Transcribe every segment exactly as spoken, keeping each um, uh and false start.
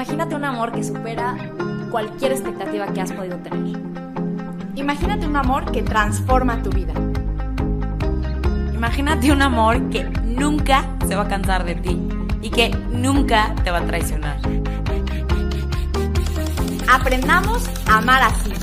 Imagínate un amor que supera cualquier expectativa que has podido tener. Imagínate un amor que transforma tu vida. Imagínate un amor que nunca se va a cansar de ti y que nunca te va a traicionar. Aprendamos a amar así.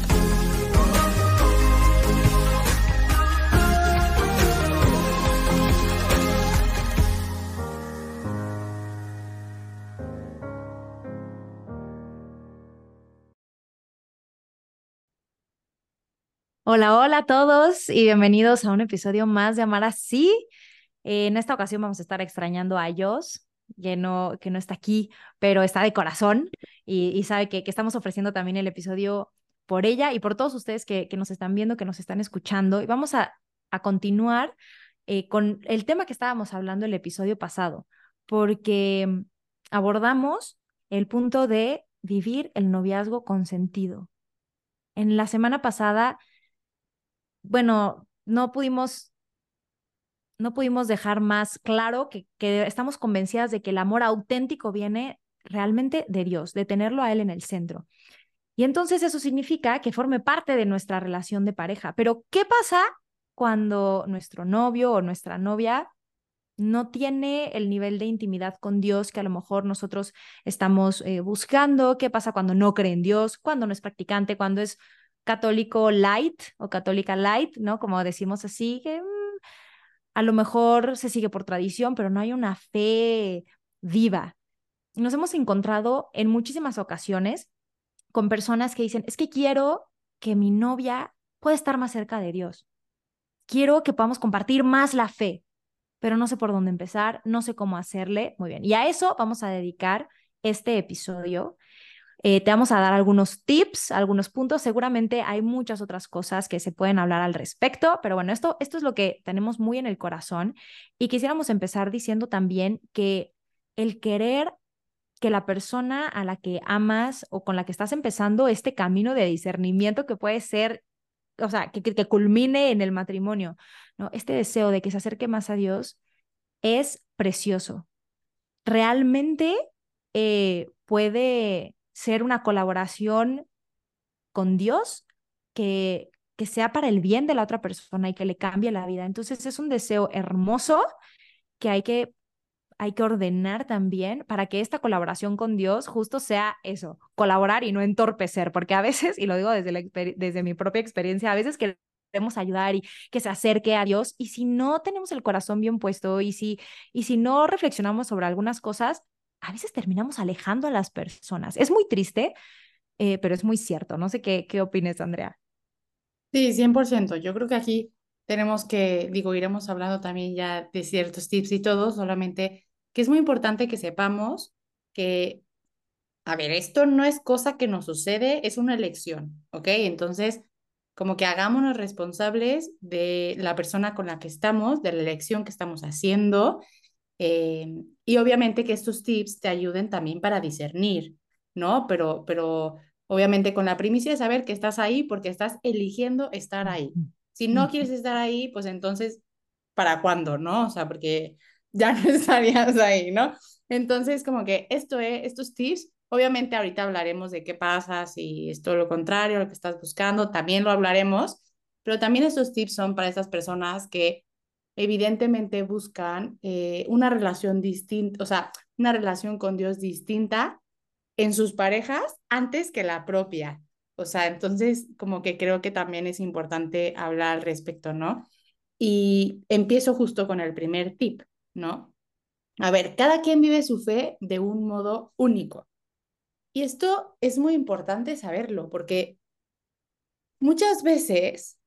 Hola, hola a todos y bienvenidos a un episodio más de Amar Así. Eh, en esta ocasión vamos a estar extrañando a Jos, que no, que no está aquí, pero está de corazón y, y sabe que, que estamos ofreciendo también el episodio por ella y por todos ustedes que, que nos están viendo, que nos están escuchando. Y vamos a, a continuar eh, con el tema que estábamos hablando el episodio pasado, porque mm, abordamos el punto de vivir el noviazgo con sentido. En la semana pasada, bueno, no pudimos, no pudimos dejar más claro que, que estamos convencidas de que el amor auténtico viene realmente de Dios, de tenerlo a Él en el centro. Y entonces eso significa que forme parte de nuestra relación de pareja. Pero, ¿qué pasa cuando nuestro novio o nuestra novia no tiene el nivel de intimidad con Dios que a lo mejor nosotros estamos eh, buscando? ¿Qué pasa cuando no cree en Dios, cuando no es practicante, cuando es católico light o católica light, ¿no? Como decimos así, que mm, a lo mejor se sigue por tradición, pero no hay una fe viva. Nos hemos encontrado en muchísimas ocasiones con personas que dicen, es que quiero que mi novia pueda estar más cerca de Dios. Quiero que podamos compartir más la fe, pero no sé por dónde empezar, no sé cómo hacerle. Muy bien. Y a eso vamos a dedicar este episodio. Eh, te vamos a dar algunos tips, algunos puntos. Seguramente hay muchas otras cosas que se pueden hablar al respecto, pero bueno, esto, esto es lo que tenemos muy en el corazón. Y quisiéramos empezar diciendo también que el querer que la persona a la que amas o con la que estás empezando este camino de discernimiento que puede ser, o sea, que, que, que culmine en el matrimonio, ¿no? Este deseo de que se acerque más a Dios es precioso. Realmente eh, puede ser una colaboración con Dios que, que sea para el bien de la otra persona y que le cambie la vida. Entonces es un deseo hermoso que hay que hay que ordenar también para que esta colaboración con Dios justo sea eso, colaborar y no entorpecer, porque a veces, y lo digo desde, la, desde mi propia experiencia, a veces queremos ayudar y que se acerque a Dios, y si no tenemos el corazón bien puesto y si, y si no reflexionamos sobre algunas cosas, a veces terminamos alejando a las personas. Es muy triste, eh, pero es muy cierto. No sé qué, qué opines, Andrea. Sí, cien por ciento. Yo creo que aquí tenemos que, digo, iremos hablando también ya de ciertos tips y todo, solamente que es muy importante que sepamos que, a ver, esto no es cosa que nos sucede, es una elección, ¿ok? Entonces, como que hagámonos responsables de la persona con la que estamos, de la elección que estamos haciendo, eh, y obviamente que estos tips te ayuden también para discernir, ¿no? Pero, pero obviamente con la primicia de saber que estás ahí porque estás eligiendo estar ahí. Si no quieres estar ahí, pues entonces, ¿para cuándo, no? O sea, porque ya no estarías ahí, ¿no? Entonces, como que esto es, estos tips, obviamente ahorita hablaremos de qué pasa si es todo lo contrario, lo que estás buscando, también lo hablaremos, pero también estos tips son para esas personas que evidentemente buscan eh, una relación distinta, o sea, una relación con Dios distinta en sus parejas antes que la propia. O sea, entonces como que creo que también es importante hablar al respecto, ¿no? Y empiezo justo con el primer tip, ¿no? A ver, cada quien vive su fe de un modo único. Y esto es muy importante saberlo, porque muchas veces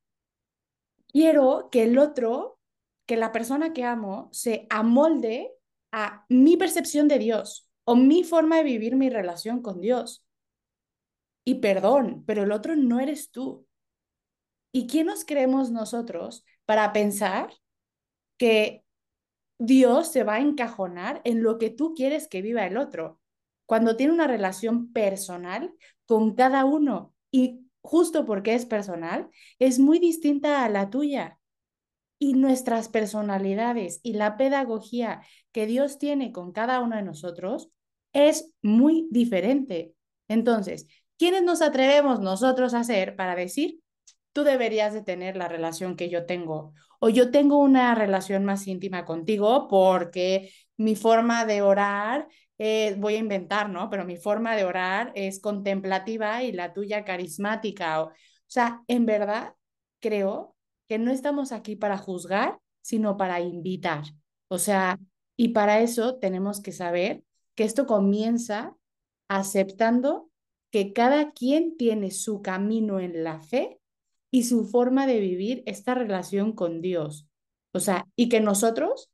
quiero que el otro, que la persona que amo, se amolde a mi percepción de Dios o mi forma de vivir mi relación con Dios. Y perdón, pero el otro no eres tú. ¿Y quién nos creemos nosotros para pensar que Dios se va a encajonar en lo que tú quieres que viva el otro? Cuando tiene una relación personal con cada uno y justo porque es personal, es muy distinta a la tuya. Y nuestras personalidades y la pedagogía que Dios tiene con cada uno de nosotros es muy diferente. Entonces, ¿quiénes nos atrevemos nosotros a hacer para decir, tú deberías de tener la relación que yo tengo, o yo tengo una relación más íntima contigo porque mi forma de orar, eh, voy a inventar, ¿no? Pero mi forma de orar es contemplativa y la tuya carismática. O, o sea, en verdad creo que no estamos aquí para juzgar, sino para invitar. O sea, y para eso tenemos que saber que esto comienza aceptando que cada quien tiene su camino en la fe y su forma de vivir esta relación con Dios. O sea, y que nosotros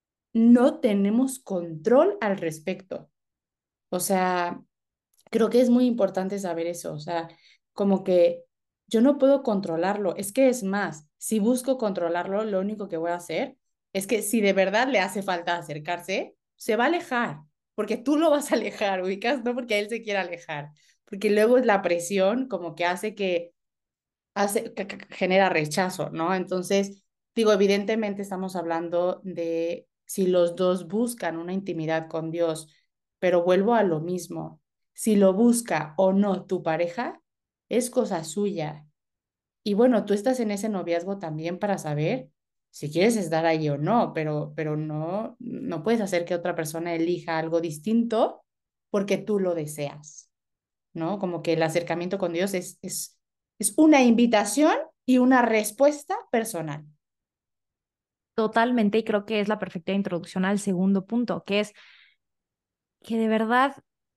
no tenemos control al respecto. O sea, creo que es muy importante saber eso. O sea, como que yo no puedo controlarlo. Es que es más, si busco controlarlo, lo único que voy a hacer es que si de verdad le hace falta acercarse, se va a alejar, porque tú lo vas a alejar, ubicas, no porque él se quiera alejar, porque luego es la presión como que hace que hace, que, que genera rechazo, ¿no? Entonces, digo, evidentemente estamos hablando de si los dos buscan una intimidad con Dios, pero vuelvo a lo mismo. Si lo busca o no tu pareja, es cosa suya. Y bueno, tú estás en ese noviazgo también para saber si quieres estar ahí o no, pero, pero no, no puedes hacer que otra persona elija algo distinto porque tú lo deseas. ¿No? Como que el acercamiento con Dios es, es, es una invitación y una respuesta personal. Totalmente, y creo que es la perfecta introducción al segundo punto, que es que de verdad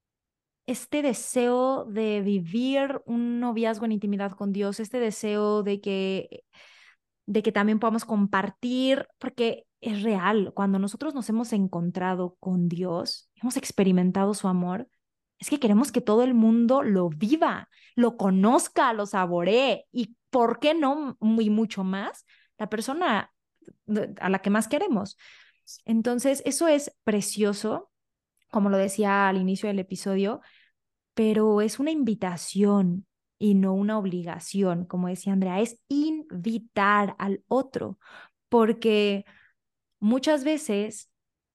este deseo de vivir un noviazgo en intimidad con Dios, este deseo de que, de que también podamos compartir, porque es real, cuando nosotros nos hemos encontrado con Dios, hemos experimentado su amor, es que queremos que todo el mundo lo viva, lo conozca, lo saboree y, ¿por qué no? Muy mucho más, la persona a la que más queremos. Entonces, eso es precioso, como lo decía al inicio del episodio, pero es una invitación y no una obligación, como decía Andrea, es invitar al otro, porque muchas veces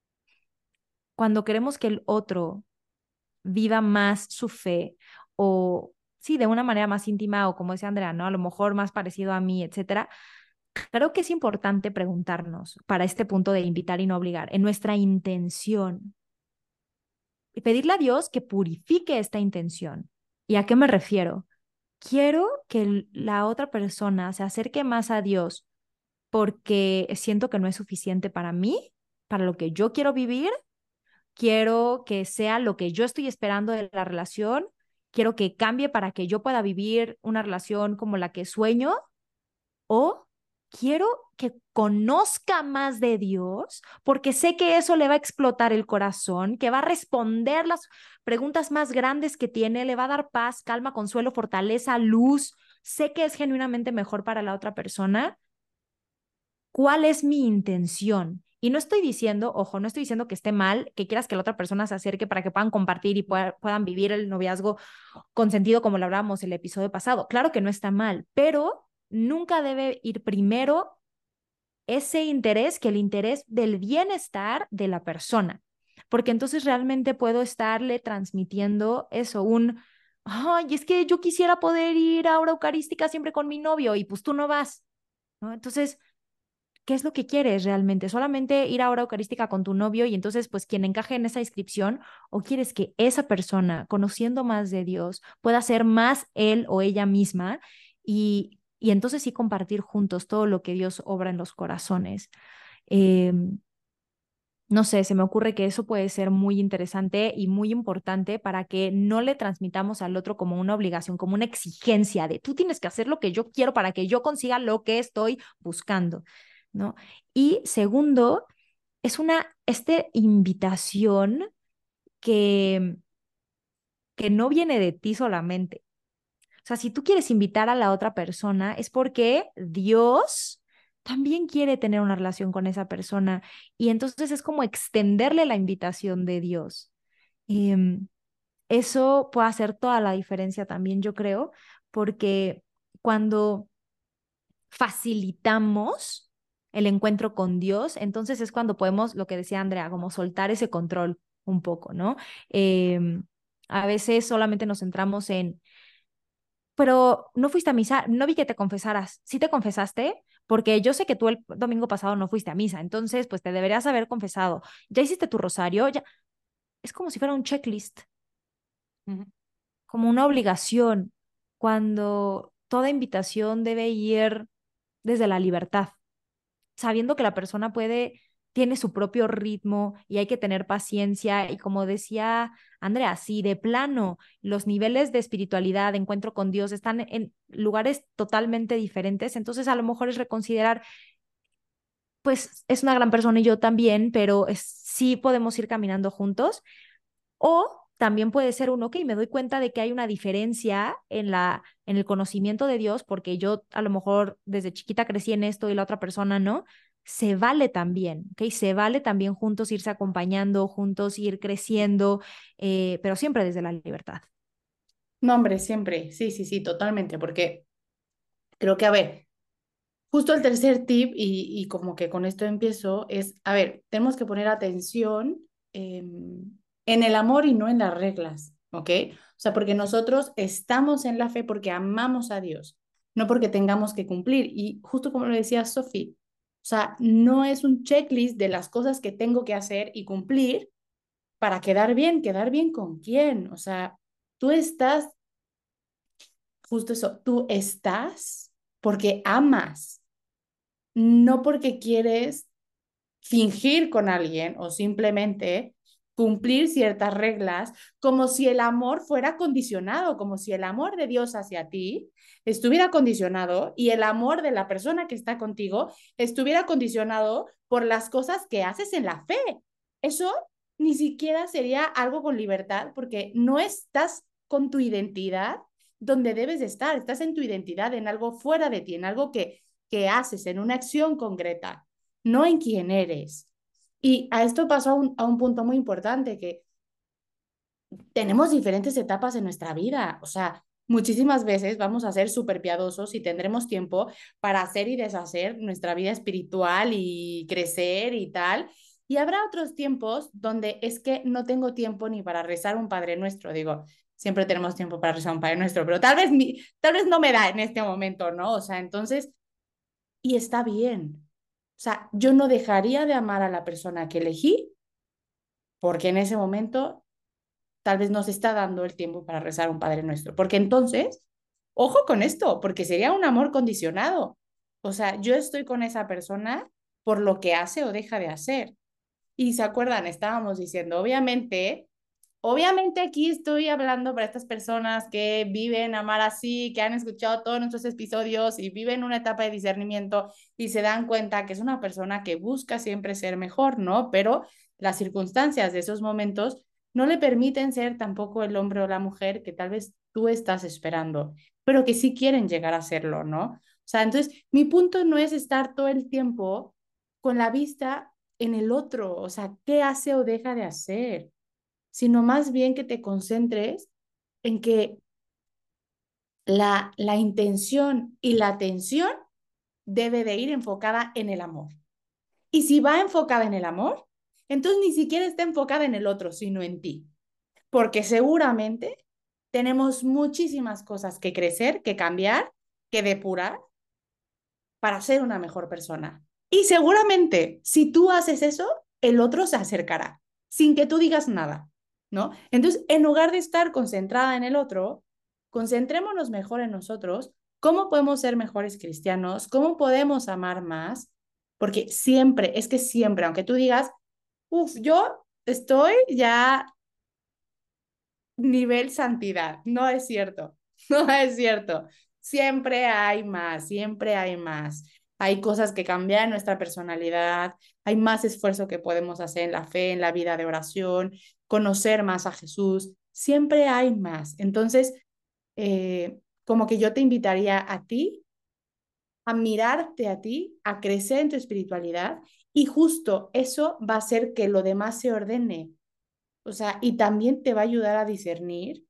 cuando queremos que el otro viva más su fe o sí, de una manera más íntima o como decía Andrea, ¿no? A lo mejor más parecido a mí, etcétera. Creo que es importante preguntarnos para este punto de invitar y no obligar, en nuestra intención, y pedirle a Dios que purifique esta intención. ¿Y a qué me refiero? Quiero que la otra persona se acerque más a Dios porque siento que no es suficiente para mí, para lo que yo quiero vivir. Quiero que sea lo que yo estoy esperando de la relación. Quiero que cambie para que yo pueda vivir una relación como la que sueño. O quiero que conozca más de Dios porque sé que eso le va a explotar el corazón, que va a responder las preguntas más grandes que tiene, le va a dar paz, calma, consuelo, fortaleza, luz. Sé que es genuinamente mejor para la otra persona. ¿Cuál es mi intención? Y no estoy diciendo, ojo, no estoy diciendo que esté mal, que quieras que la otra persona se acerque para que puedan compartir y pueda, puedan vivir el noviazgo con sentido como lo hablábamos el episodio pasado. Claro que no está mal, pero nunca debe ir primero ese interés que el interés del bienestar de la persona, porque entonces realmente puedo estarle transmitiendo eso, un, ay, es que yo quisiera poder ir a hora eucarística siempre con mi novio y pues tú no vas, ¿no? Entonces, ¿qué es lo que quieres realmente? ¿Solamente ir a hora eucarística con tu novio y entonces pues quien encaje en esa inscripción? ¿O quieres que esa persona, conociendo más de Dios, pueda ser más él o ella misma y, y entonces sí compartir juntos todo lo que Dios obra en los corazones? Eh, no sé, se me ocurre que eso puede ser muy interesante y muy importante para que no le transmitamos al otro como una obligación, como una exigencia de tú tienes que hacer lo que yo quiero para que yo consiga lo que estoy buscando, ¿no? Y segundo, es una este invitación que, que no viene de ti solamente. O sea, si tú quieres invitar a la otra persona, es porque Dios también quiere tener una relación con esa persona. Y entonces es como extenderle la invitación de Dios. Em, Eso puede hacer toda la diferencia también, yo creo, porque cuando facilitamos el encuentro con Dios, entonces es cuando podemos, lo que decía Andrea, como soltar ese control, un poco, ¿no? Em, a veces solamente nos centramos en, pero no fuiste a misa, no vi que te confesaras. ¿Sí te confesaste? Porque yo sé que tú el domingo pasado no fuiste a misa, entonces pues te deberías haber confesado. ¿Ya hiciste tu rosario? Ya. Es como si fuera un checklist, Ujú. como una obligación, cuando toda invitación debe ir desde la libertad, sabiendo que la persona puede, tiene su propio ritmo y hay que tener paciencia. Y como decía Andrea, si de plano los niveles de espiritualidad, de encuentro con Dios están en lugares totalmente diferentes, entonces a lo mejor es reconsiderar, pues es una gran persona y yo también, pero es, sí podemos ir caminando juntos. O también puede ser un, ok, me doy cuenta de que hay una diferencia en la, en el conocimiento de Dios, porque yo a lo mejor desde chiquita crecí en esto y la otra persona no. Se vale también, ¿ok? Se vale también juntos irse acompañando, juntos ir creciendo, eh, pero siempre desde la libertad. No, hombre, siempre, sí, sí, sí, totalmente, porque creo que, a ver, justo el tercer tip, y, y como que con esto empiezo, es, a ver, tenemos que poner atención em, en el amor y no en las reglas, ¿ok? O sea, porque nosotros estamos en la fe porque amamos a Dios, no porque tengamos que cumplir. Y justo como lo decía Sofi, o sea, no es un checklist de las cosas que tengo que hacer y cumplir para quedar bien. ¿Quedar bien con quién? O sea, tú estás, justo eso, tú estás porque amas, no porque quieres fingir con alguien o simplemente cumplir ciertas reglas, como si el amor fuera condicionado, como si el amor de Dios hacia ti estuviera condicionado y el amor de la persona que está contigo estuviera condicionado por las cosas que haces en la fe. Eso ni siquiera sería algo con libertad, porque no estás con tu identidad donde debes de estar, estás en tu identidad, en algo fuera de ti, en algo que, que haces, en una acción concreta, no en quién eres. Y a esto pasó a un, a un punto muy importante, que tenemos diferentes etapas en nuestra vida. O sea, muchísimas veces vamos a ser súper piadosos y tendremos tiempo para hacer y deshacer nuestra vida espiritual y crecer y tal. Y habrá otros tiempos donde es que no tengo tiempo ni para rezar un Padre Nuestro. Digo, siempre tenemos tiempo para rezar un Padre Nuestro, pero tal vez, mi, tal vez no me da en este momento, ¿no? O sea, entonces, y está bien. O sea, yo no dejaría de amar a la persona que elegí porque en ese momento tal vez no se está dando el tiempo para rezar un Padre Nuestro. Porque entonces, ojo con esto, porque sería un amor condicionado. O sea, yo estoy con esa persona por lo que hace o deja de hacer. Y se acuerdan, estábamos diciendo, obviamente, obviamente aquí estoy hablando para estas personas que viven amar así, que han escuchado todos nuestros episodios y viven una etapa de discernimiento y se dan cuenta que es una persona que busca siempre ser mejor, ¿no? Pero las circunstancias de esos momentos no le permiten ser tampoco el hombre o la mujer que tal vez tú estás esperando, pero que sí quieren llegar a serlo, ¿no? O sea, entonces mi punto no es estar todo el tiempo con la vista en el otro, o sea, qué hace o deja de hacer, sino más bien que te concentres en que la, la intención y la atención debe de ir enfocada en el amor. Y si va enfocada en el amor, entonces ni siquiera está enfocada en el otro, sino en ti, porque seguramente tenemos muchísimas cosas que crecer, que cambiar, que depurar para ser una mejor persona. Y seguramente, si tú haces eso, el otro se acercará, sin que tú digas nada, ¿no? Entonces, en lugar de estar concentrada en el otro, concentrémonos mejor en nosotros, cómo podemos ser mejores cristianos, cómo podemos amar más, porque siempre, es que siempre, aunque tú digas, uff, yo estoy ya nivel santidad, no es cierto, no es cierto. Siempre hay más, siempre hay más. Hay cosas que cambian nuestra personalidad, hay más esfuerzo que podemos hacer en la fe, en la vida de oración, conocer más a Jesús, siempre hay más. Entonces, eh, como que yo te invitaría a ti a mirarte a ti, a crecer en tu espiritualidad y justo eso va a hacer que lo demás se ordene. O sea, y también te va a ayudar a discernir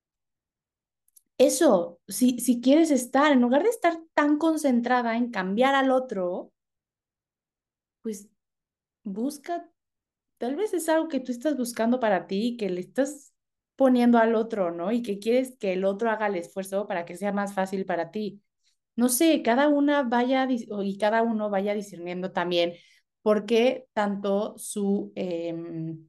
eso, si, si quieres estar, en lugar de estar tan concentrada en cambiar al otro, pues busca tal vez es algo que tú estás buscando para ti, que le estás poniendo al otro, ¿no? Y que quieres que el otro haga el esfuerzo para que sea más fácil para ti. No sé, cada una vaya dis- o- y cada uno vaya discerniendo también por qué tanto su, em,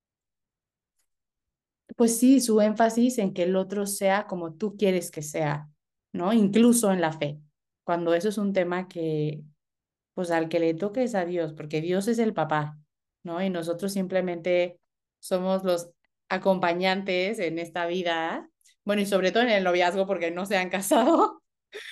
pues sí, su énfasis en que el otro sea como tú quieres que sea, ¿no? Incluso en la fe, cuando eso es un tema que, pues al que le toque es a Dios, porque Dios es el papá, ¿no? Y nosotros simplemente somos los acompañantes en esta vida, bueno, y sobre todo en el noviazgo porque no se han casado,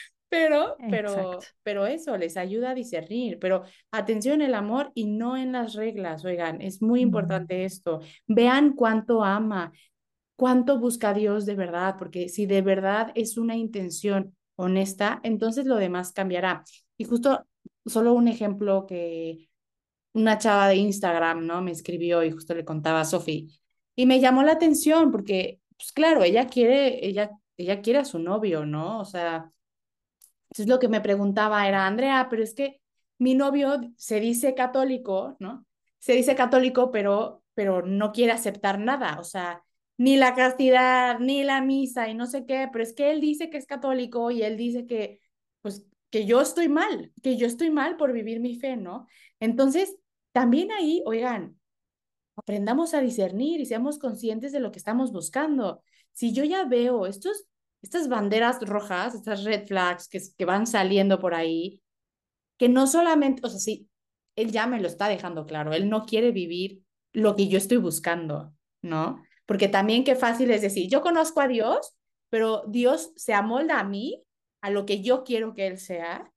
pero, Exacto. pero, pero eso les ayuda a discernir, pero atención en el amor y no en las reglas, oigan, es muy Mm. importante esto. Vean cuánto ama, cuánto busca a Dios de verdad, porque si de verdad es una intención honesta, entonces lo demás cambiará. Y justo, solo un ejemplo que una chava de Instagram, ¿no? Me escribió y justo le contaba a Sofi, y me llamó la atención porque, pues claro, ella quiere, ella, ella quiere a su novio, ¿no? O sea, entonces lo que me preguntaba era, Andrea, pero es que mi novio se dice católico, ¿no? Se dice católico, pero, pero no quiere aceptar nada, o sea, ni la castidad, ni la misa y no sé qué, pero es que él dice que es católico y él dice que, pues, que yo estoy mal, que yo estoy mal por vivir mi fe, ¿no? Entonces, también ahí, oigan, aprendamos a discernir y seamos conscientes de lo que estamos buscando. Si yo ya veo estos, estas banderas rojas, estas red flags que, que van saliendo por ahí, que no solamente, o sea, sí, él ya me lo está dejando claro, él no quiere vivir lo que yo estoy buscando, ¿no? Porque también qué fácil es decir, yo conozco a Dios, pero Dios se amolda a mí, a lo que yo quiero que Él sea,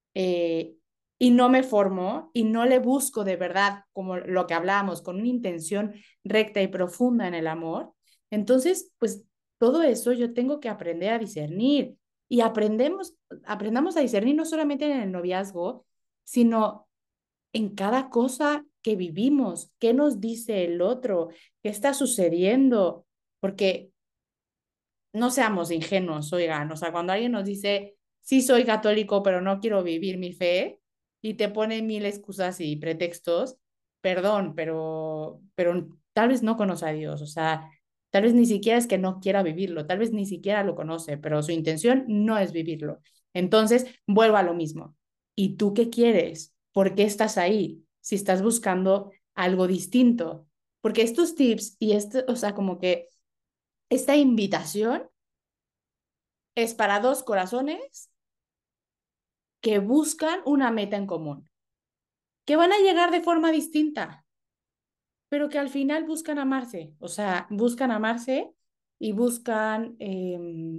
eh, y no me formo y no le busco de verdad, como lo que hablábamos, con una intención recta y profunda en el amor, entonces, pues todo eso yo tengo que aprender a discernir y aprendemos, aprendamos a discernir no solamente en el noviazgo, sino en cada cosa que vivimos, qué nos dice el otro, qué está sucediendo, porque no seamos ingenuos, oigan, o sea, cuando alguien nos dice, sí soy católico, pero no quiero vivir mi fe, y te pone mil excusas y pretextos, perdón, pero, pero tal vez no conoce a Dios, o sea, tal vez ni siquiera es que no quiera vivirlo, tal vez ni siquiera lo conoce, pero su intención no es vivirlo. Entonces, vuelvo a lo mismo. ¿Y tú qué quieres? ¿Por qué estás ahí? Si estás buscando algo distinto. Porque estos tips y este, o sea, como que esta invitación es para dos corazones que buscan una meta en común, que van a llegar de forma distinta, pero que al final buscan amarse, o sea, buscan amarse y buscan, eh,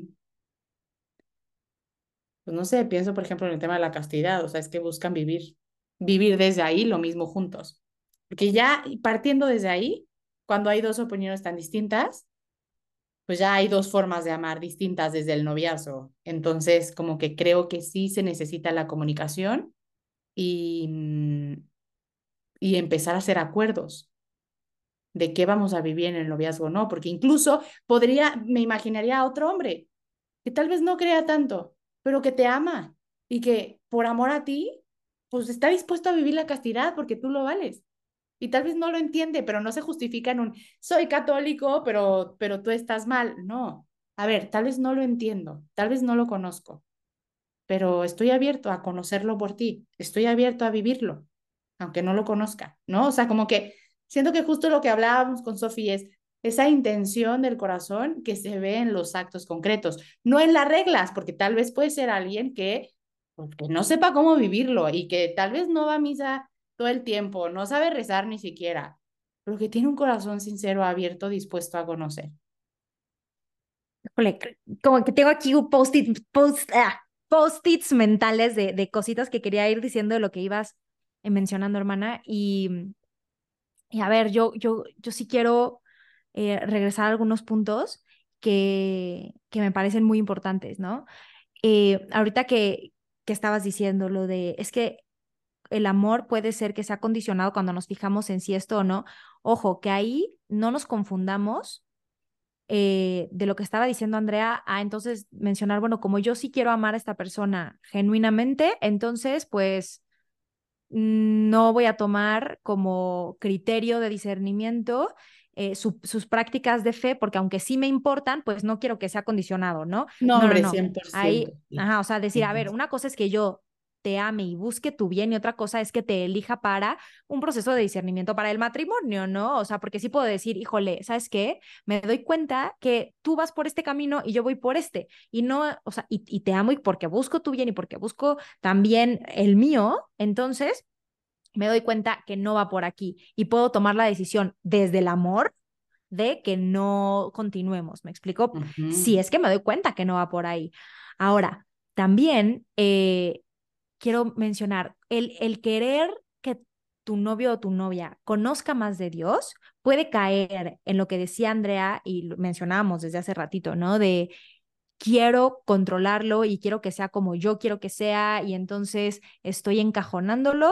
pues no sé, pienso por ejemplo en el tema de la castidad, o sea, es que buscan vivir, vivir desde ahí lo mismo juntos, porque ya partiendo desde ahí, cuando hay dos opiniones tan distintas, pues ya hay dos formas de amar distintas desde el noviazgo. Entonces, como que creo que sí se necesita la comunicación y, mm, y empezar a hacer acuerdos de qué vamos a vivir en el noviazgo, ¿no? Porque incluso podría, me imaginaría a otro hombre que tal vez no crea tanto, pero que te ama y que por amor a ti, pues está dispuesto a vivir la castidad porque tú lo vales. Y tal vez no lo entiende, pero no se justifica en un, soy católico, pero, pero tú estás mal. No. A ver, tal vez no lo entiendo, tal vez no lo conozco, pero estoy abierto a conocerlo por ti, estoy abierto a vivirlo, aunque no lo conozca, ¿no? O sea, como que siento que justo lo que hablábamos con Sofía es esa intención del corazón que se ve en los actos concretos, no en las reglas, porque tal vez puede ser alguien que, pues, que no sepa cómo vivirlo y que tal vez no va a misa todo el tiempo, no sabe rezar ni siquiera, pero que tiene un corazón sincero, abierto, dispuesto a conocer. Híjole, como que tengo aquí un post-it, post, ah, post-its mentales de, de cositas que quería ir diciendo de lo que ibas eh, mencionando, hermana. Y, y a ver, yo, yo, yo sí quiero eh, regresar a algunos puntos que, que me parecen muy importantes, ¿no? Eh, ahorita que, que estabas diciendo lo de, es que el amor puede ser que sea condicionado cuando nos fijamos en si esto o no. Ojo, que ahí no nos confundamos eh, de lo que estaba diciendo Andrea a entonces mencionar, bueno, como yo sí quiero amar a esta persona genuinamente, entonces pues no voy a tomar como criterio de discernimiento eh, su, sus prácticas de fe, porque aunque sí me importan, pues no quiero que sea condicionado, ¿no? No, No, no, hombre, no. cien por ciento. Ahí, Sí, ajá, o sea, decir, a ver, cien por ciento. una cosa es que yo te ame y busque tu bien y otra cosa es que te elija para un proceso de discernimiento para el matrimonio, ¿no? O sea, porque sí puedo decir, híjole, ¿sabes qué? Me doy cuenta que tú vas por este camino y yo voy por este y no, o sea, y, y te amo y porque busco tu bien y porque busco también el mío, entonces me doy cuenta que no va por aquí y puedo tomar la decisión desde el amor de que no continuemos. ¿Me explico? Si Ujú. es que me doy cuenta que no va por ahí. Ahora, también eh, quiero mencionar, el, el querer que tu novio o tu novia conozca más de Dios puede caer en lo que decía Andrea y lo mencionábamos desde hace ratito, ¿no? De quiero controlarlo y quiero que sea como yo quiero que sea y entonces estoy encajonándolo,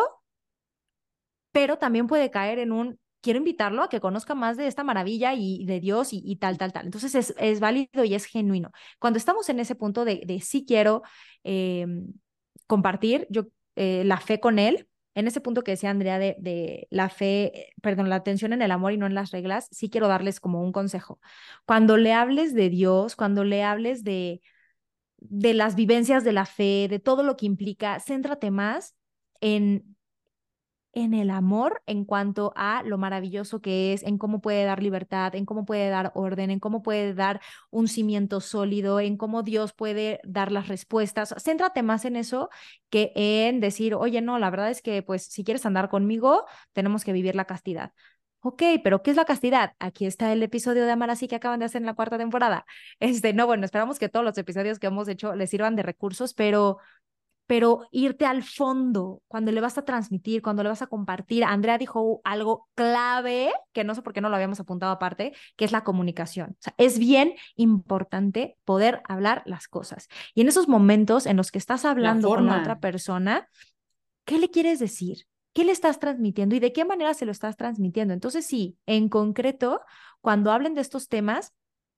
pero también puede caer en un, quiero invitarlo a que conozca más de esta maravilla y de Dios y, y tal, tal, tal. Entonces es, es válido y es genuino. Cuando estamos en ese punto de, de sí quiero eh, compartir yo, eh, la fe con él, en ese punto que decía Andrea de, de la fe, eh, perdón, la atención en el amor y no en las reglas, sí quiero darles como un consejo. Cuando le hables de Dios, cuando le hables de, de las vivencias de la fe, de todo lo que implica, céntrate más en en el amor en cuanto a lo maravilloso que es, en cómo puede dar libertad, en cómo puede dar orden, en cómo puede dar un cimiento sólido, en cómo Dios puede dar las respuestas. Céntrate más en eso que en decir, oye, no, la verdad es que pues si quieres andar conmigo, tenemos que vivir la castidad. Ok, pero ¿qué es la castidad? Aquí está el episodio de Amar Así que acaban de hacer en la cuarta temporada. Este, no, bueno, esperamos que todos los episodios que hemos hecho les sirvan de recursos, pero pero irte al fondo, cuando le vas a transmitir, cuando le vas a compartir. Andrea dijo algo clave, que no sé por qué no lo habíamos apuntado aparte, que es la comunicación. O sea, es bien importante poder hablar las cosas. Y en esos momentos en los que estás La hablando con la forma. otra persona, ¿qué le quieres decir? ¿Qué le estás transmitiendo y de qué manera se lo estás transmitiendo? Entonces, sí, en concreto, cuando hablen de estos temas,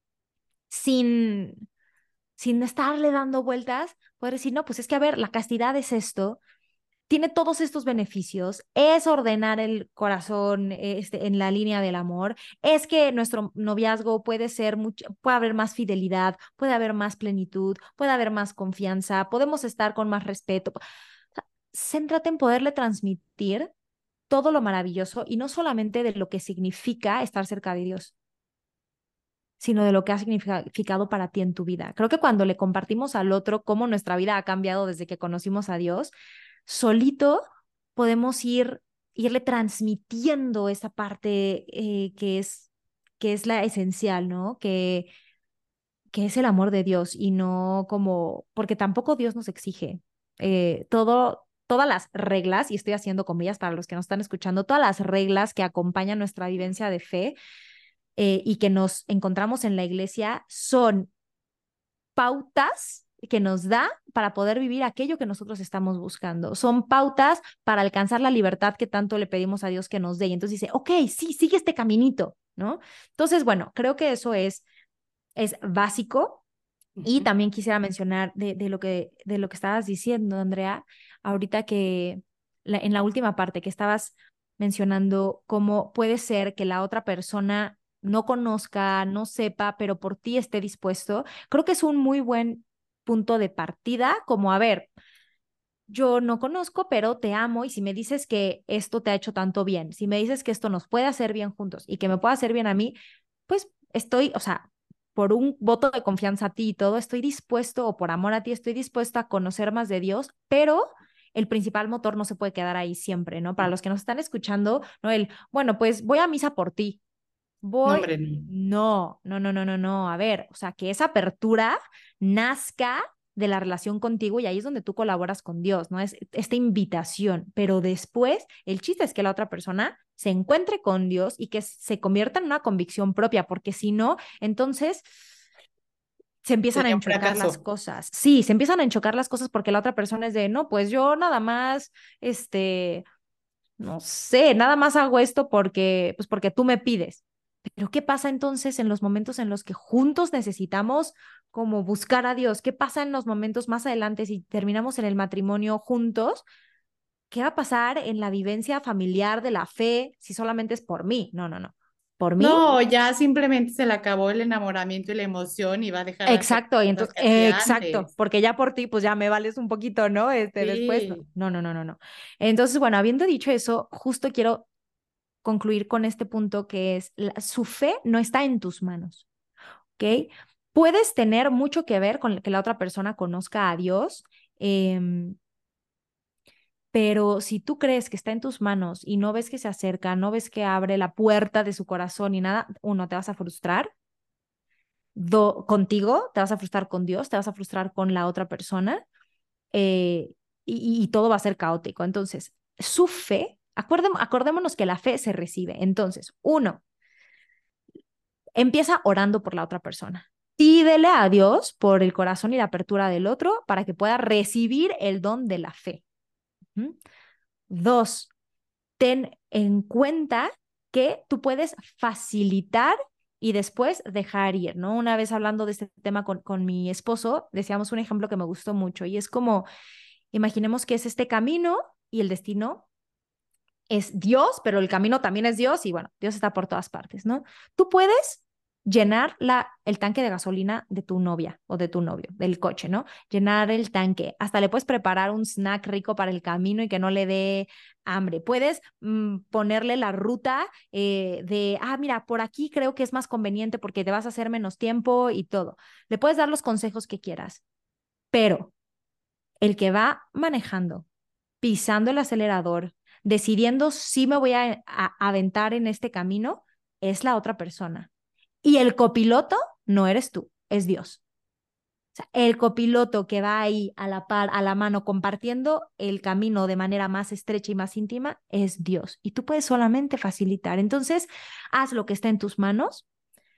sin sin estarle dando vueltas, poder decir, no, pues es que, a ver, la castidad es esto, tiene todos estos beneficios, es ordenar el corazón este, en la línea del amor, es que nuestro noviazgo puede ser mucho, puede haber más fidelidad, puede haber más plenitud, puede haber más confianza, podemos estar con más respeto. O sea, céntrate en poderle transmitir todo lo maravilloso y no solamente de lo que significa estar cerca de Dios, sino de lo que ha significado para ti en tu vida. Creo que cuando le compartimos al otro cómo nuestra vida ha cambiado desde que conocimos a Dios, solito podemos ir, irle transmitiendo esa parte eh, que es, que es la esencial, ¿no? Que, que es el amor de Dios y no como, porque tampoco Dios nos exige eh, todo, todas las reglas, y estoy haciendo comillas para los que nos están escuchando, todas las reglas que acompañan nuestra vivencia de fe eh, y que nos encontramos en la iglesia son pautas que nos da para poder vivir aquello que nosotros estamos buscando. Son pautas para alcanzar la libertad que tanto le pedimos a Dios que nos dé. Y entonces dice, ok, sí, sigue este caminito, ¿no? Entonces, bueno, creo que eso es, es básico. Y Ujú. también quisiera mencionar de, de, lo que, de lo que estabas diciendo, Andrea, ahorita que la, en la última parte que estabas mencionando cómo puede ser que la otra persona no conozca, no sepa, pero por ti esté dispuesto. Creo que es un muy buen punto de partida, como a ver, yo no conozco, pero te amo y si me dices que esto te ha hecho tanto bien, si me dices que esto nos puede hacer bien juntos y que me puede hacer bien a mí, pues estoy, o sea, por un voto de confianza a ti y todo, estoy dispuesto, o por amor a ti, estoy dispuesto a conocer más de Dios, pero el principal motor no se puede quedar ahí siempre, ¿no? Para los que nos están escuchando, ¿no? El, bueno, pues voy a misa por ti, No, voy, hombre, no. no, no, no, no, no, no, a ver, o sea, que esa apertura nazca de la relación contigo y ahí es donde tú colaboras con Dios, ¿no? Es esta invitación, pero después el chiste es que la otra persona se encuentre con Dios y que se convierta en una convicción propia, porque si no, entonces se empiezan a Sería un enchocar las fracaso. cosas. Sí, se empiezan a enchocar las cosas porque la otra persona es de, no, pues yo nada más, este, no sé, nada más hago esto porque, pues porque tú me pides. Pero ¿qué pasa entonces en los momentos en los que juntos necesitamos como buscar a Dios? ¿Qué pasa en los momentos más adelante si terminamos en el matrimonio juntos? ¿qué va a pasar en la vivencia familiar de la fe si solamente es por mí? No, no, no. Por mí. No, ya simplemente se le acabó el enamoramiento y la emoción y va a dejar de hacer Exacto, y cosas entonces, que eh, hacía exacto, antes. porque ya por ti, pues ya me vales un poquito, ¿no? Este, después, no, Sí. no, no, no, no, no. Entonces, bueno, habiendo dicho eso, justo quiero concluir con este punto que es, la- su fe no está en tus manos, ¿ok? Puedes tener mucho que ver con que la otra persona conozca a Dios, em, pero si tú crees que está en tus manos y no ves que se acerca, no ves que abre la puerta de su corazón y nada, uno, te vas a frustrar. Do, contigo, te vas a frustrar con Dios, te vas a frustrar con la otra persona, eh, y, y todo va a ser caótico. Entonces, su fe, acuérdem- acordémonos que la fe se recibe. Entonces, uno, empieza orando por la otra persona. Pídele a Dios por el corazón y la apertura del otro para que pueda recibir el don de la fe. ¿Mm? Dos, ten en cuenta que tú puedes facilitar y después dejar ir, ¿no? Una vez hablando de este tema con, con mi esposo, decíamos un ejemplo que me gustó mucho y es como, imaginemos que es este camino y el destino es Dios, pero el camino también es Dios y bueno, Dios está por todas partes, ¿no? Tú puedes llenar la, el tanque de gasolina de tu novia o de tu novio, del coche, ¿no? Llenar el tanque, hasta le puedes preparar un snack rico para el camino y que no le dé hambre. Puedes mm, ponerle la ruta eh, de, ah, mira, por aquí creo que es más conveniente porque te vas a hacer menos tiempo y todo. Le puedes dar los consejos que quieras, pero el que va manejando, pisando el acelerador, decidiendo si me voy a, a aventar en este camino, es la otra persona. Y el copiloto no eres tú, es Dios. O sea, el copiloto que va ahí a la par, a la mano, compartiendo el camino de manera más estrecha y más íntima, es Dios. Y tú puedes solamente facilitar. Entonces, haz lo que esté en tus manos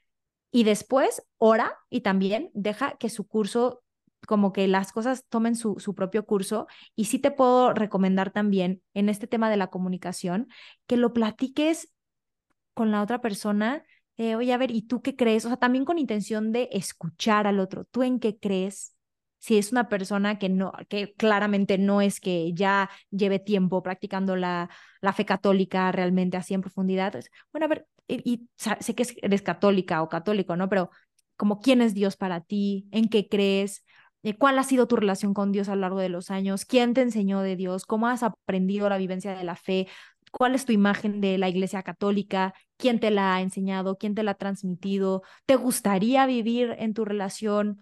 y después ora y también deja que su curso, como que las cosas tomen su, su propio curso. Y sí te puedo recomendar también en este tema de la comunicación que lo platiques con la otra persona. Eh, oye, a ver, ¿y tú qué crees? O sea, también con intención de escuchar al otro. ¿Tú en qué crees? Si es una persona que no, que claramente no es que ya lleve tiempo practicando la, la fe católica realmente así en profundidad. Es, bueno, a ver, y, y sé que eres católica o católico, ¿no? Pero como quién es Dios para ti, en qué crees, eh, cuál ha sido tu relación con Dios a lo largo de los años, quién te enseñó de Dios, cómo has aprendido la vivencia de la fe, cuál es tu imagen de la Iglesia Católica, quién te la ha enseñado, quién te la ha transmitido, te gustaría vivir en tu relación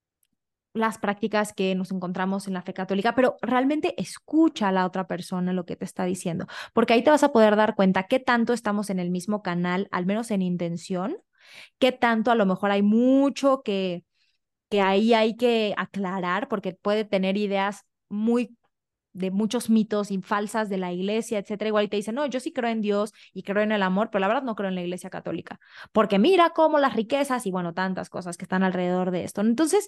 las prácticas que nos encontramos en la fe católica, pero realmente escucha a la otra persona lo que te está diciendo, porque ahí te vas a poder dar cuenta qué tanto estamos en el mismo canal, al menos en intención, qué tanto a lo mejor hay mucho que, que ahí hay que aclarar, porque puede tener ideas muy de muchos mitos y falsas de la iglesia, etcétera, igual y te dicen, no, yo sí creo en Dios y creo en el amor, pero la verdad no creo en la iglesia católica, porque mira cómo las riquezas y bueno, tantas cosas que están alrededor de esto. Entonces,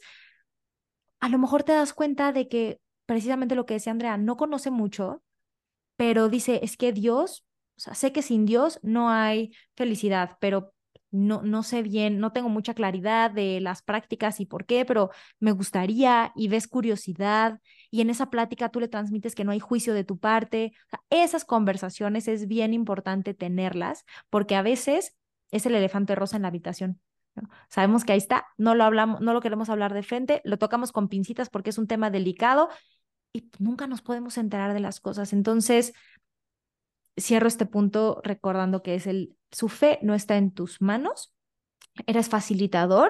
a lo mejor te das cuenta de que precisamente lo que decía Andrea, no conoce mucho, pero dice, es que Dios, o sea, sé que sin Dios no hay felicidad, pero no, no sé bien, no tengo mucha claridad de las prácticas y por qué, pero me gustaría y ves curiosidad y en esa plática tú le transmites que no hay juicio de tu parte. O sea, esas conversaciones es bien importante tenerlas porque a veces es el elefante rosa en la habitación. ¿No? Sabemos que ahí está, no lo hablamos, no lo queremos hablar de frente, lo tocamos con pincitas porque es un tema delicado y nunca nos podemos enterar de las cosas. Entonces, cierro este punto recordando que es el, su fe no está en tus manos, eres facilitador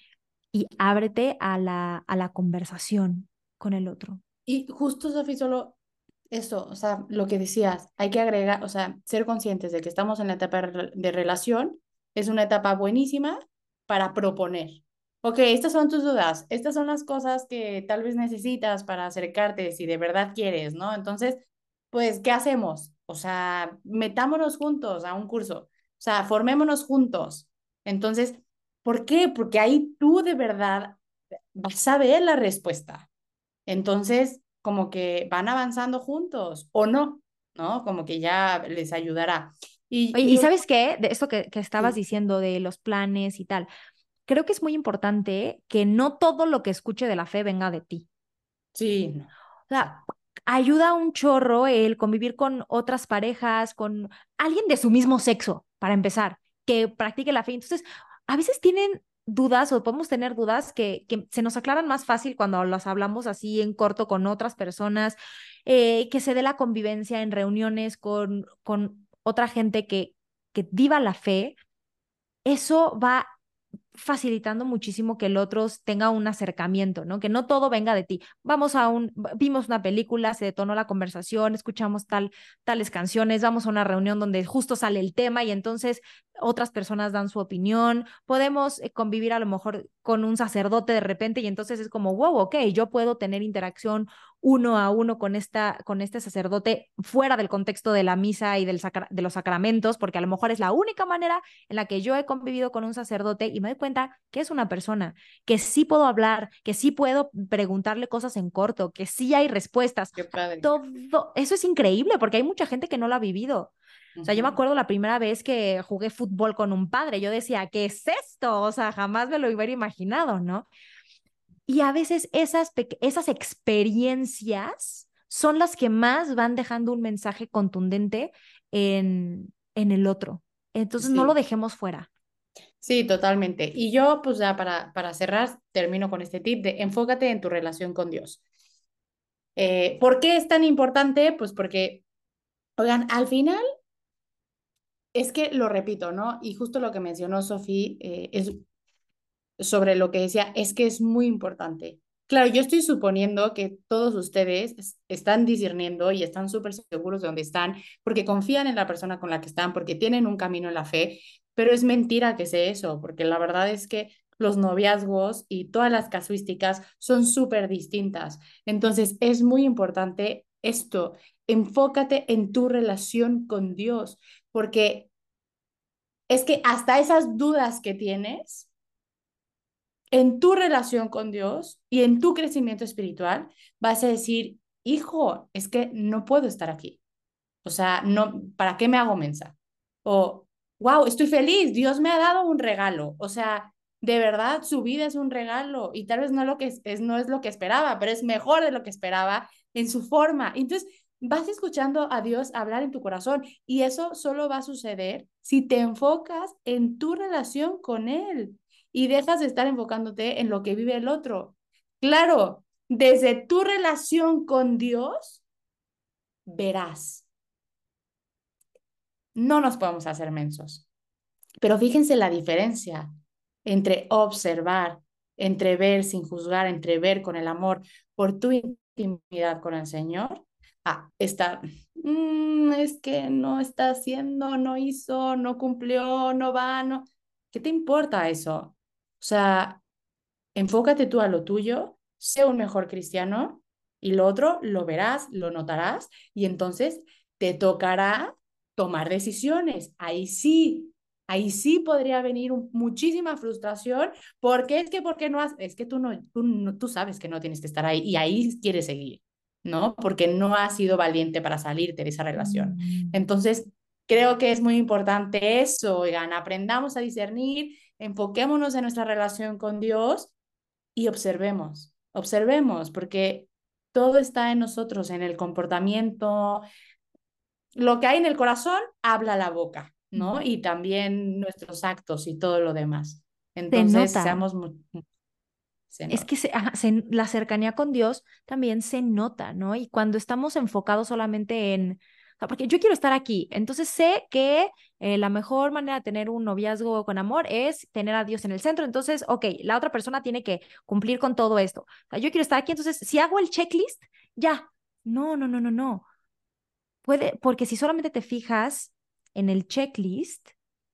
y ábrete a la, a la conversación con el otro. Y justo, Sofi, solo eso, o sea, lo que decías, hay que agregar, o sea, ser conscientes de que estamos en la etapa de rela- de relación, es una etapa buenísima para proponer. Ok, estas son tus dudas, estas son las cosas que tal vez necesitas para acercarte si de verdad quieres, ¿no? Entonces, pues, ¿qué hacemos? O sea, metámonos juntos a un curso, o sea, formémonos juntos. Entonces, ¿por qué? Porque ahí tú de verdad vas a ver la respuesta. Entonces, como que van avanzando juntos o no, ¿no? Como que ya les ayudará. Y, Oye, y ¿y sabes qué? De esto que, que estabas sí, diciendo de los planes y tal, creo que es muy importante que no todo lo que escuche de la fe venga de ti. sí, no. O sea, Exacto. ayuda un chorro el convivir con otras parejas, con alguien de su mismo sexo, para empezar, que practique la fe. Entonces, a veces tienen dudas o podemos tener dudas que, que se nos aclaran más fácil cuando las hablamos así en corto con otras personas, eh, que se dé la convivencia en reuniones con, con otra gente que, que viva la fe. Eso va facilitando muchísimo que el otro tenga un acercamiento, ¿no? Que no todo venga de ti. Vamos a un, vimos una película, se detonó la conversación, escuchamos tal, tales canciones, vamos a una reunión donde justo sale el tema y entonces otras personas dan su opinión. Podemos eh, convivir a lo mejor con un sacerdote de repente y entonces es como, wow, ok, yo puedo tener interacción uno a uno con, esta, con este sacerdote fuera del contexto de la misa y del sacra de los sacramentos, porque a lo mejor es la única manera en la que yo he convivido con un sacerdote y me doy cuenta que es una persona, que sí puedo hablar, que sí puedo preguntarle cosas en corto, que sí hay respuestas. Qué padre. Todo eso es increíble porque hay mucha gente que no lo ha vivido. O sea, yo me Ujú. acuerdo la primera vez que jugué fútbol con un padre, yo decía, ¿qué es esto? O sea, jamás me lo hubiera imaginado, ¿no? Y a veces esas, esas experiencias son las que más van dejando un mensaje contundente en, en el otro. Entonces no lo Sí, dejemos fuera. sí, totalmente. Y yo, pues ya para, para cerrar, termino con este tip de enfócate en tu relación con Dios. Eh, ¿por qué es tan importante? Pues porque, oigan, al final es que lo repito, ¿no? Y justo lo que mencionó Sofía eh, es sobre lo que decía, es que es muy importante. Claro, yo estoy suponiendo que todos ustedes es- están discerniendo y están súper seguros de dónde están, porque confían en la persona con la que están, porque tienen un camino en la fe, pero es mentira que sea eso, porque la verdad es que los noviazgos y todas las casuísticas son súper distintas. Entonces, es muy importante esto, enfócate en tu relación con Dios, porque es que hasta esas dudas que tienes en tu relación con Dios y en tu crecimiento espiritual, vas a decir, hijo, es que no puedo estar aquí. O sea, no, ¿para qué me hago mensa? O, wow, estoy feliz, Dios me ha dado un regalo. O sea, de verdad, su vida es un regalo y tal vez no, lo que es, es, no es lo que esperaba, pero es mejor de lo que esperaba en su forma. Entonces, vas escuchando a Dios hablar en tu corazón y eso solo va a suceder si te enfocas en tu relación con Él y dejas de estar enfocándote en lo que vive el otro. Claro, desde tu relación con Dios, verás, no nos podemos hacer mensos. Pero fíjense la diferencia entre observar, entre ver sin juzgar, entre ver con el amor por tu intimidad con el Señor, a estar, mmm, es que no está haciendo, no hizo, no cumplió, no va, no. ¿Qué te importa eso? O sea, enfócate tú a lo tuyo, sé un mejor cristiano y lo otro lo verás, lo notarás y entonces te tocará tomar decisiones. Ahí sí, ahí sí podría venir un, muchísima frustración porque es que porque no has, es que tú no, tú no, tú sabes que no tienes que estar ahí y ahí quieres seguir, ¿no? Porque no has sido valiente para salirte de esa relación. Mm. Entonces, creo que es muy importante eso, oigan, aprendamos a discernir, enfoquémonos en nuestra relación con Dios y observemos, observemos, porque todo está en nosotros, en el comportamiento, lo que hay en el corazón habla la boca, ¿no? Y también nuestros actos y todo lo demás. Se Entonces, nota. seamos muy... Se Es que nota. se, ajá, se- la cercanía con Dios también se nota, ¿no? Y cuando estamos enfocados solamente en, o sea, porque yo quiero estar aquí, entonces sé que eh, la mejor manera de tener un noviazgo con amor es tener a Dios en el centro, entonces, ok, la otra persona tiene que cumplir con todo esto. O sea, yo quiero estar aquí, entonces, si hago el checklist, ya. No, no, no, no, no. Puede, porque si solamente te fijas en el checklist,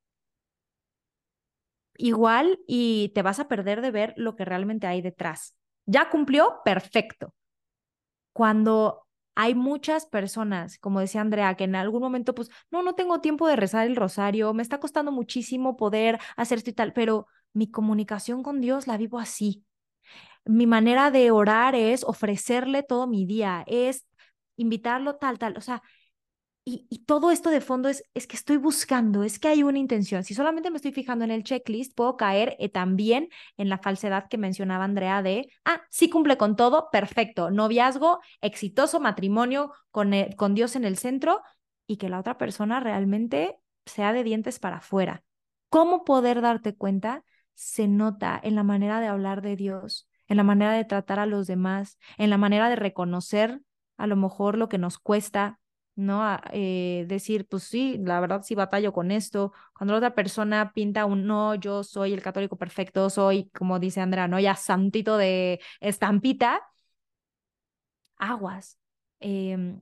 igual y te vas a perder de ver lo que realmente hay detrás. ¿Ya cumplió? Perfecto. Cuando hay muchas personas, como decía Andrea, que en algún momento, pues, no, no tengo tiempo de rezar el rosario, me está costando muchísimo poder hacer esto y tal, pero mi comunicación con Dios la vivo así. Mi manera de orar es ofrecerle todo mi día, es invitarlo tal, tal, o sea, Y, y todo esto de fondo es, es que estoy buscando, es que hay una intención. Si solamente me estoy fijando en el checklist, puedo caer eh, también en la falsedad que mencionaba Andrea de, ah, sí cumple con todo, perfecto, noviazgo, exitoso, matrimonio con, eh, con Dios en el centro y que la otra persona realmente sea de dientes para afuera. ¿Cómo poder darte cuenta? Se nota en la manera de hablar de Dios, en la manera de tratar a los demás, en la manera de reconocer a lo mejor lo que nos cuesta, ¿no? A, eh, decir, pues sí, la verdad sí batallo con esto. Cuando la otra persona pinta un no, yo soy el católico perfecto, soy, como dice Andrea, ¿no? Ya santito de estampita, aguas. Eh,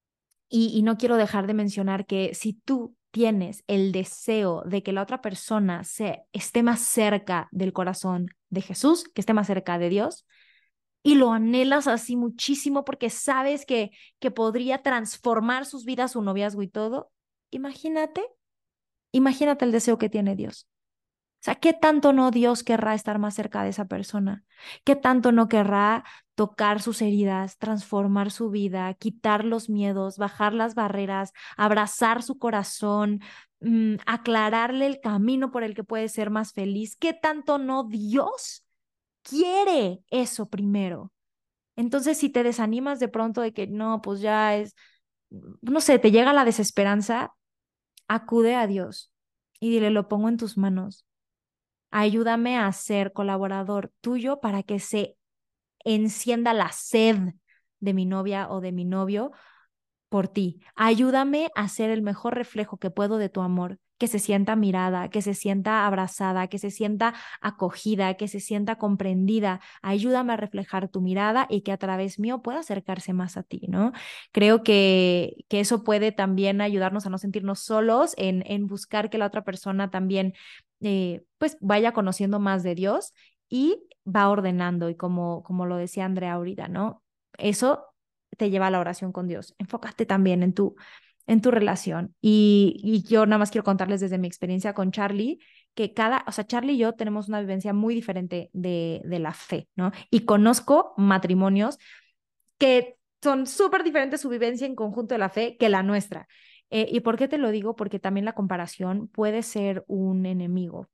y, y no quiero dejar de mencionar que si tú tienes el deseo de que la otra persona se, esté más cerca del corazón de Jesús, que esté más cerca de Dios, y lo anhelas así muchísimo porque sabes que, que podría transformar sus vidas, su noviazgo y todo, imagínate, imagínate el deseo que tiene Dios. O sea, ¿qué tanto no Dios querrá estar más cerca de esa persona? ¿Qué tanto no querrá tocar sus heridas, transformar su vida, quitar los miedos, bajar las barreras, abrazar su corazón, mmm, aclararle el camino por el que puede ser más feliz? ¿Qué tanto no Dios quiere eso primero? Entonces, si te desanimas de pronto de que no, pues ya es, no sé, te llega la desesperanza, acude a Dios y dile, lo pongo en tus manos. Ayúdame a ser colaborador tuyo para que se encienda la sed de mi novia o de mi novio por ti. Ayúdame a ser el mejor reflejo que puedo de tu amor, que se sienta mirada, que se sienta abrazada, que se sienta acogida, que se sienta comprendida. Ayúdame a reflejar tu mirada y que a través mío pueda acercarse más a ti, ¿no? Creo que, que eso puede también ayudarnos a no sentirnos solos en, en buscar que la otra persona también eh, pues vaya conociendo más de Dios y va ordenando y como, como lo decía Andrea ahorita, ¿no? Eso te lleva a la oración con Dios. Enfócate también en tu, en tu relación. Y, y yo nada más quiero contarles desde mi experiencia con Charlie, que cada, o sea, Charlie y yo tenemos una vivencia muy diferente de, de la fe, ¿no? Y conozco matrimonios que son súper diferentes su vivencia en conjunto de la fe que la nuestra. Eh, ¿Y por qué te lo digo? Porque también la comparación puede ser un enemigo.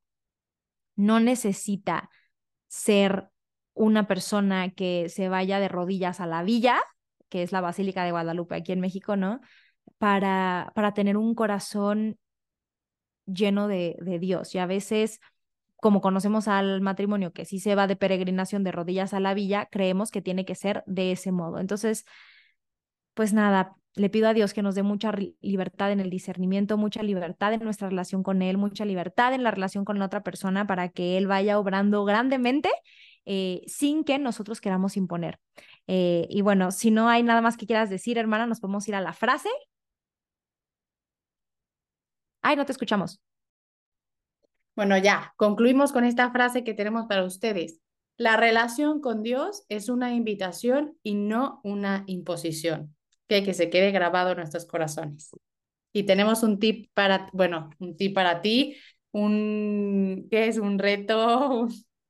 No necesita ser una persona que se vaya de rodillas a la villa, que es la Basílica de Guadalupe aquí en México, ¿no? Para, para tener un corazón lleno de, de Dios. Y a veces, como conocemos al matrimonio que sí se va de peregrinación de rodillas a la villa, creemos que tiene que ser de ese modo. Entonces, pues nada, le pido a Dios que nos dé mucha libertad en el discernimiento, mucha libertad en nuestra relación con Él, mucha libertad en la relación con la otra persona para que Él vaya obrando grandemente eh, sin que nosotros queramos imponer. Eh, y bueno, si no hay nada más que quieras decir, hermana, nos podemos ir a la frase. Ay, no te escuchamos. Bueno, ya, concluimos con esta frase que tenemos para ustedes. La relación con Dios es una invitación y no una imposición. Que, que se quede grabado en nuestros corazones. Y tenemos un tip para, bueno, un tip para ti, un, ¿qué es? Un reto.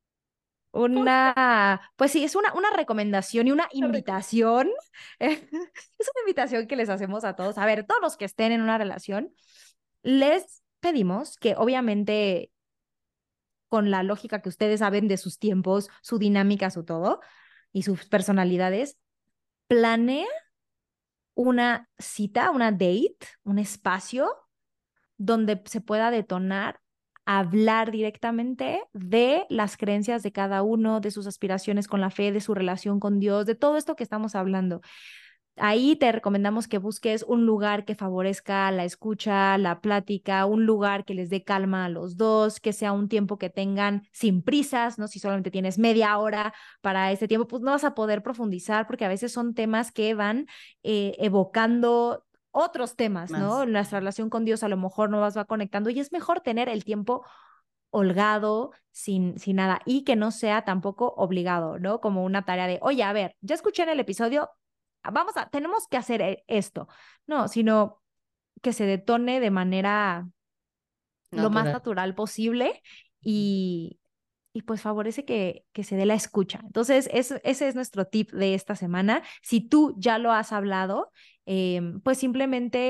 Una, pues sí, es una, una recomendación y una invitación. Es una invitación que les hacemos a todos. A ver, todos los que estén en una relación, les pedimos que obviamente con la lógica que ustedes saben de sus tiempos, su dinámica, su todo y sus personalidades, planea una cita, una date, un espacio donde se pueda detonar, hablar directamente de las creencias de cada uno, de sus aspiraciones con la fe, de su relación con Dios, de todo esto que estamos hablando. Ahí te recomendamos que busques un lugar que favorezca la escucha, la plática, un lugar que les dé calma a los dos, que sea un tiempo que tengan sin prisas, ¿no? Si solamente tienes media hora para ese tiempo, pues no vas a poder profundizar porque a veces son temas que van eh, evocando otros temas, ¿no? Más. Nuestra relación con Dios a lo mejor no vas va conectando y es mejor tener el tiempo holgado, sin, sin nada, y que no sea tampoco obligado, ¿no? Como una tarea de, oye, a ver, ya escuché en el episodio, vamos a, tenemos que hacer e- esto. No, sino que se detone de manera lo más Natural. natural posible y, y pues favorece que, que se dé la escucha. Entonces, es, ese es nuestro tip de esta semana. Si tú ya lo has hablado, eh, pues simplemente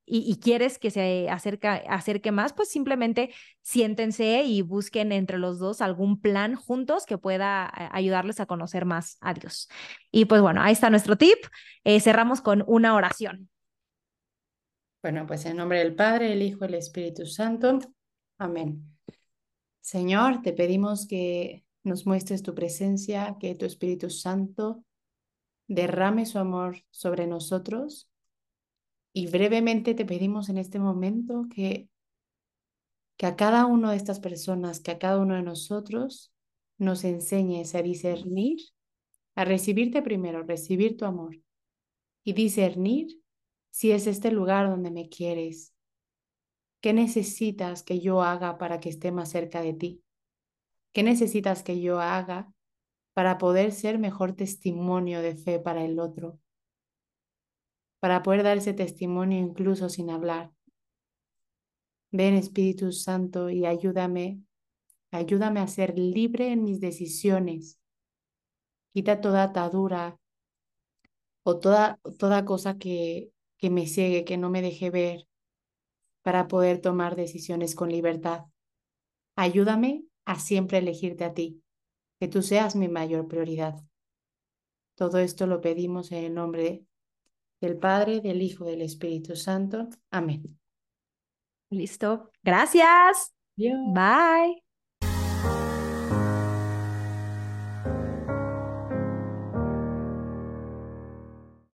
y, y quieres que se acerca, acerque más, pues simplemente siéntense y busquen entre los dos algún plan juntos que pueda eh, ayudarles a conocer más a Dios. Y pues bueno, ahí está nuestro tip. Eh, cerramos con una oración. Bueno, pues en nombre del Padre, el Hijo y el Espíritu Santo. Amén. Señor, te pedimos que nos muestres tu presencia, que tu Espíritu Santo derrame su amor sobre nosotros. Y brevemente te pedimos en este momento que, que a cada una de estas personas, que a cada uno de nosotros nos enseñes a discernir, a recibirte primero, recibir tu amor y discernir si es este lugar donde me quieres. ¿Qué necesitas que yo haga para que esté más cerca de ti? ¿Qué necesitas que yo haga para poder ser mejor testimonio de fe para el otro? Para poder dar ese testimonio incluso sin hablar. Ven, Espíritu Santo, y ayúdame, ayúdame a ser libre en mis decisiones. Quita toda atadura o toda, toda cosa que, que me ciegue, que no me deje ver, para poder tomar decisiones con libertad. Ayúdame a siempre elegirte a ti, que tú seas mi mayor prioridad. Todo esto lo pedimos en el nombre del Padre, del Hijo, del Espíritu Santo. Amén. Listo. Gracias. Adiós. Bye.